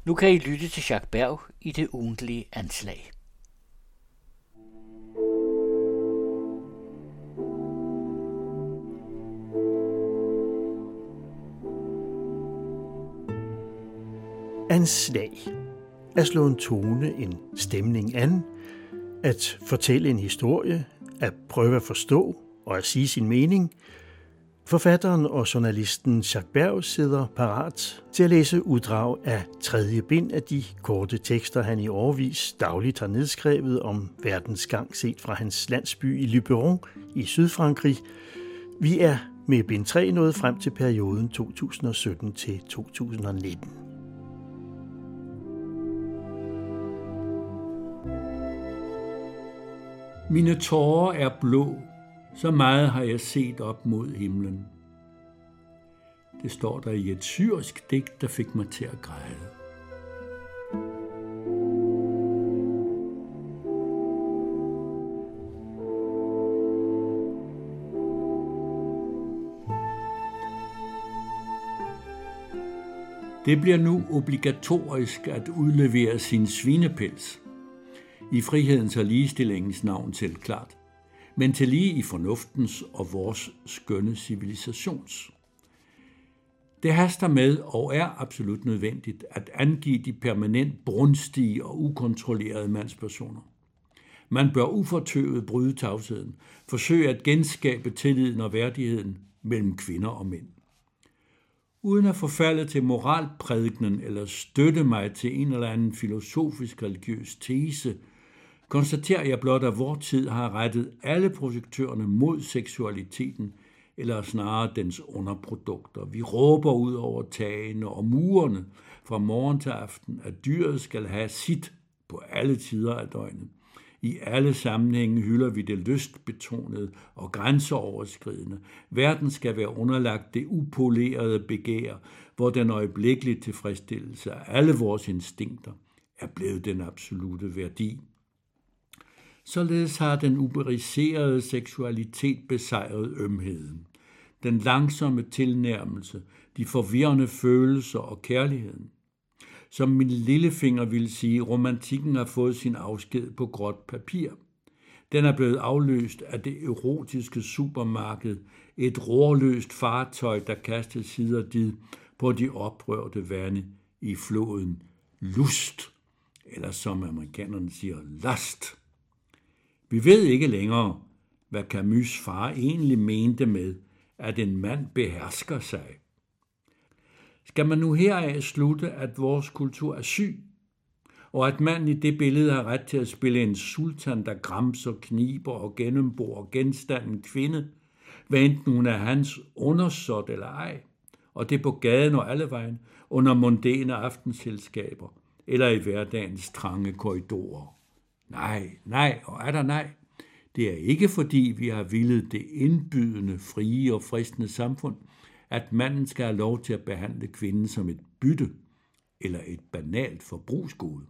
Nu kan I lytte til Jacques Berg i det ugentlige anslag. Anslag. At slå en tone, en stemning an, at fortælle en historie, at prøve at forstå og at sige sin mening. Forfatteren og journalisten Jacques Berg sidder parat til at læse uddrag af 3. bind af de korte tekster, han i årevis dagligt har nedskrevet om verdens gang set fra hans landsby i Luberon i Sydfrankrig. Vi er med bind 3 nået frem til perioden 2017 til 2019. Mine tårer er blå, så meget har jeg set op mod himlen. Det står der i et syrisk digt, der fik mig til at græde. Det bliver nu obligatorisk at udlevere sin svinepels. I frihedens og ligestillingens navn selvklart, men til lige i fornuftens og vores skønne civilisations. Det haster med og er absolut nødvendigt at angive de permanent brunstige og ukontrollerede mandspersoner. Man bør ufortøvet bryde tavsheden, forsøge at genskabe tilliden og værdigheden mellem kvinder og mænd. Uden at forfalde til moralprædikenen eller støtte mig til en eller anden filosofisk religiøs tese, konstaterer jeg blot, at vor tid har rettet alle projektørerne mod seksualiteten, eller snarere dens underprodukter. Vi råber ud over tagene og murene fra morgen til aften, at dyret skal have sit på alle tider af døgnet. I alle sammenhænge hylder vi det lystbetonede og grænseoverskridende. Verden skal være underlagt det upolerede begær, hvor den øjeblikkelige tilfredsstillelse af alle vores instinkter er blevet den absolute værdi. Således har den uberiserede seksualitet besejret ømheden, den langsomme tilnærmelse, de forvirrende følelser og kærligheden. Som min lillefinger ville sige, romantikken har fået sin afsked på gråt papir. Den er blevet afløst af det erotiske supermarked, et rorløst fartøj, der kastes side og did på de oprørte vande i floden lust, eller som amerikanerne siger, lust. Vi ved ikke længere, hvad Camus' far egentlig mente med, at en mand behersker sig. Skal man nu heraf slutte, at vores kultur er syg, og at manden i det billede har ret til at spille en sultan, der gramser, kniber og gennemborer genstanden kvinde, hvad enten hun er hans undersåt eller ej, og det på gaden og alle vejen, under mondæne aftenselskaber eller i hverdagens trange korridorer. Nej, og er der nej. Det er ikke fordi, vi har villet det indbydende, frie og fristende samfund, at manden skal have lov til at behandle kvinden som et bytte eller et banalt forbrugsgode.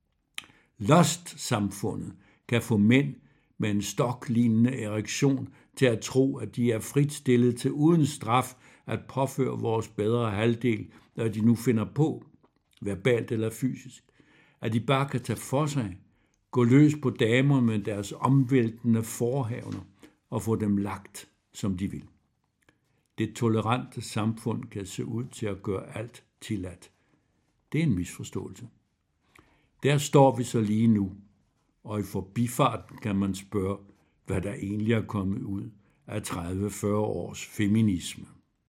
Lust-samfundet kan få mænd med en stoklignende erektion til at tro, at de er frit stillet til uden straf at påføre vores bedre halvdel, når de nu finder på, verbalt eller fysisk, at de bare kan tage for sig, gå løs på damer med deres omvæltende forhavner og få dem lagt, som de vil. Det tolerante samfund kan se ud til at gøre alt tilladt. Det er en misforståelse. Der står vi så lige nu, og i forbifarten kan man spørge, hvad der egentlig er kommet ud af 30-40 års feminisme.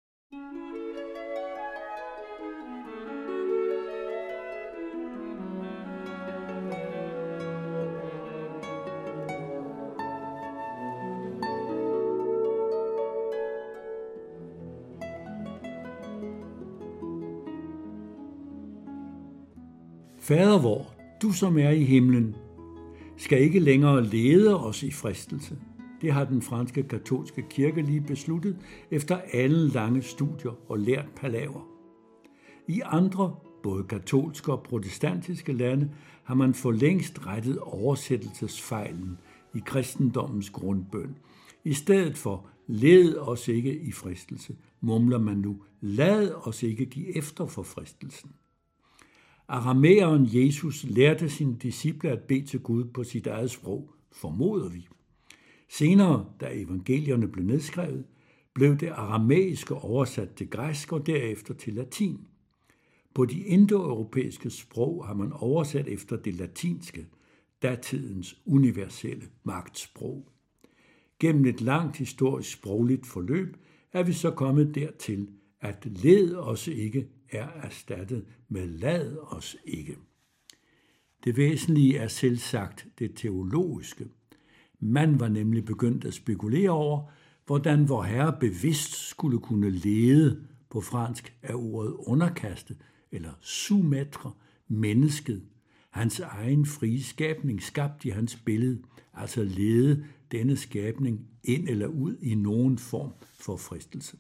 Fader vor, du som er i himlen, skal ikke længere lede os i fristelse. Det har den franske katolske kirke lige besluttet efter alle lange studier og lært palaver. I andre, både katolske og protestantiske lande, har man for længst rettet oversættelsesfejlen i kristendommens grundbøn. I stedet for led os ikke i fristelse, mumler man nu, lad os ikke give efter for fristelsen. Aramæeren Jesus lærte sine disciple at bede til Gud på sit eget sprog, formoder vi. Senere, da evangelierne blev nedskrevet, blev det aramæiske oversat til græsk og derefter til latin. På de indoeuropæiske sprog har man oversat efter det latinske, datidens universelle magtsprog. Gennem et langt historisk sprogligt forløb er vi så kommet dertil, at led os ikke er erstattet med lad os ikke. Det væsentlige er selvsagt det teologiske. Man var nemlig begyndt at spekulere over, hvordan vor Herre bevidst skulle kunne lede, på fransk er ordet underkaste eller soumettre, mennesket, hans egen frie skabning skabt i hans billede, altså lede denne skabning ind eller ud i nogen form for fristelse.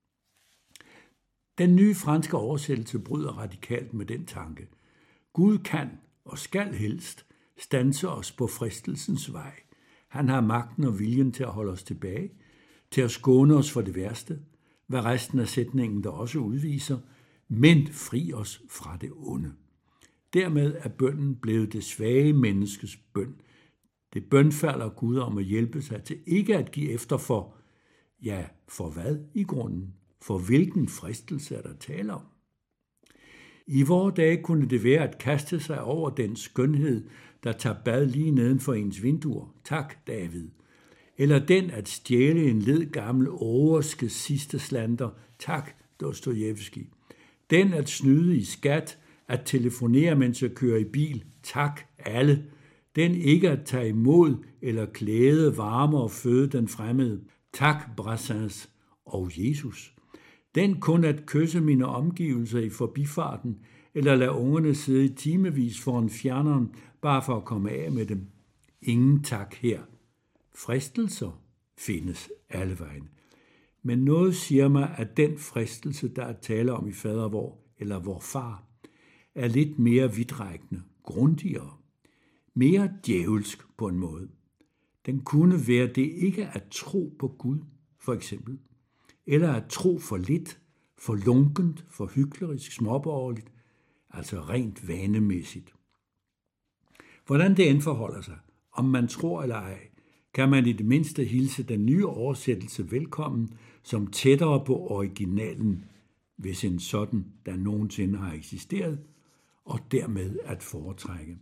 Den nye franske oversættelse bryder radikalt med den tanke. Gud kan og skal helst standse os på fristelsens vej. Han har magten og viljen til at holde os tilbage, til at skåne os for det værste, hvad resten af sætningen der også udviser, men fri os fra det onde. Dermed er bønnen blevet det svage menneskes bøn. Det bønfalder Gud om at hjælpe sig til ikke at give efter for, ja, for hvad i grunden? For hvilken fristelse er der tale om? I vore dage kunne det være at kaste sig over den skønhed, der tager bad lige neden for ens vinduer. Tak, David. Eller den at stjæle en led gammel overske sidste slanter. Tak, Dostojevski. Den at snyde i skat, at telefonere, mens jeg kører i bil. Tak, alle. Den ikke at tage imod eller klæde, varme og føde den fremmede. Tak, Brassens og Jesus. Den kun at kysse mine omgivelser i forbifarten, eller lade ungerne sidde i timevis foran fjerneren, bare for at komme af med dem. Ingen tak her. Fristelser findes alle vejen. Men noget siger mig, at den fristelse, der er tale om i fader vor, eller vor far, er lidt mere vidtrækkende, grundigere, mere djævelsk på en måde. Den kunne være det ikke at tro på Gud, for eksempel, eller at tro for lidt, for lunkent, for hyklerisk, småborgerligt, altså rent vanemæssigt. Hvordan det end forholder sig, om man tror eller ej, kan man i det mindste hilse den nye oversættelse velkommen som tættere på originalen, hvis en sådan, der nogensinde har eksisteret, og dermed at foretrække.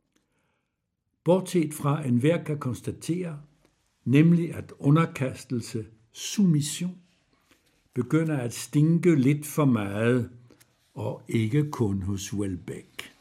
Bortset fra enhver kan konstatere, nemlig at underkastelse, submission, begynder at stinke lidt for meget, og ikke kun hos Houellebecq.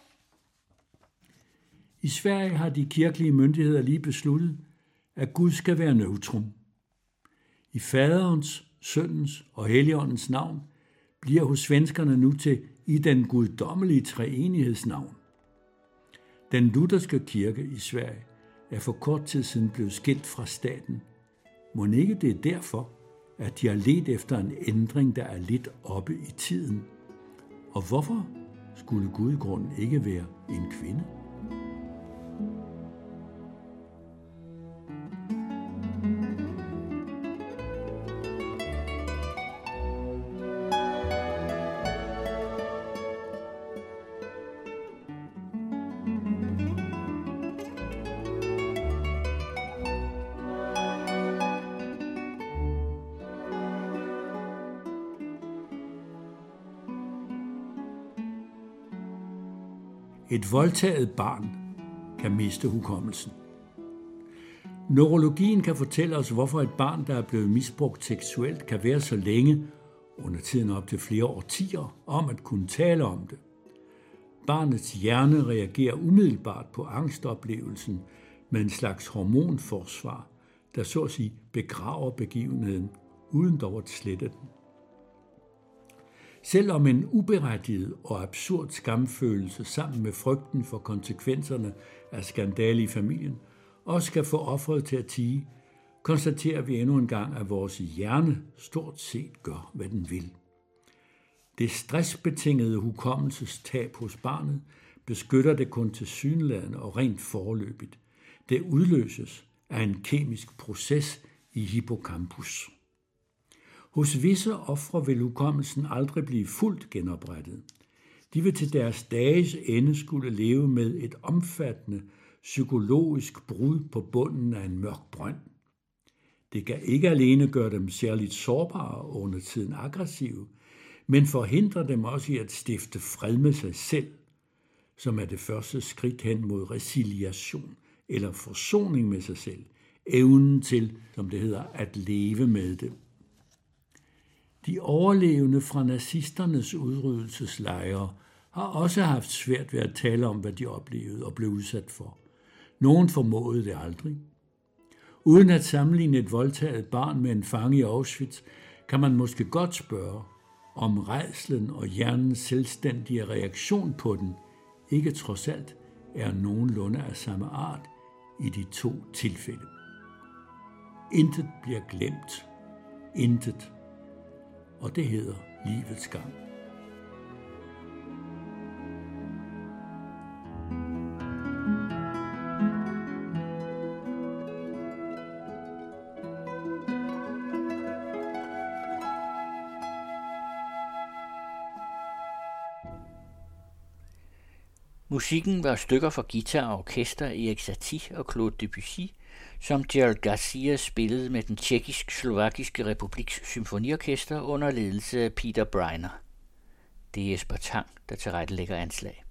I Sverige har de kirkelige myndigheder lige besluttet, at Gud skal være neutrum. I faderens, søndens og helligåndens navn bliver hos svenskerne nu til i den guddommelige treenigheds-navn. Den lutherske kirke i Sverige er for kort tid siden blevet skilt fra staten. Mon ikke det er derfor, at de har ledt efter en ændring, der er lidt oppe i tiden? Og hvorfor skulle Gud i grunden ikke være en kvinde? Et voldtaget barn kan miste hukommelsen. Neurologien kan fortælle os, hvorfor et barn, der er blevet misbrugt seksuelt, kan være så længe, under tiden op til flere årtier, om at kunne tale om det. Barnets hjerne reagerer umiddelbart på angstoplevelsen med en slags hormonforsvar, der så at sige begraver begivenheden, uden dog at slette den. Selvom en uberettiget og absurd skamfølelse sammen med frygten for konsekvenserne af skandale i familien også skal få offeret til at tie, konstaterer vi endnu en gang, at vores hjerne stort set gør, hvad den vil. Det stressbetingede hukommelsestab hos barnet beskytter det kun tilsyneladende og rent foreløbigt. Det udløses af en kemisk proces i hippocampus. Hos visse ofre vil hukommelsen aldrig blive fuldt genoprettet. De vil til deres dages ende skulle leve med et omfattende psykologisk brud på bunden af en mørk brønd. Det kan ikke alene gøre dem særligt sårbare og under tiden aggressive, men forhindrer dem også i at stifte fred med sig selv, som er det første skridt hen mod resiliation eller forsoning med sig selv, evnen til, som det hedder, at leve med det. De overlevende fra nazisternes udryddelseslejre har også haft svært ved at tale om, hvad de oplevede og blev udsat for. Nogen formåede det aldrig. Uden at sammenligne et voldtaget barn med en fange i Auschwitz, kan man måske godt spørge, om rædslen og hjernens selvstændige reaktion på den ikke trods alt er nogenlunde af samme art i de to tilfælde. Intet bliver glemt. Intet. Og det hedder livets gang. Musikken var stykker for guitar og orkester i Erik Satie og Claude Debussy, som Gerald Garcia spillede med den tjekkisk-slovakiske republiks symfoniorkester under ledelse af Peter Breiner. Det er Jesper Tang, der tilrettelægger anslag.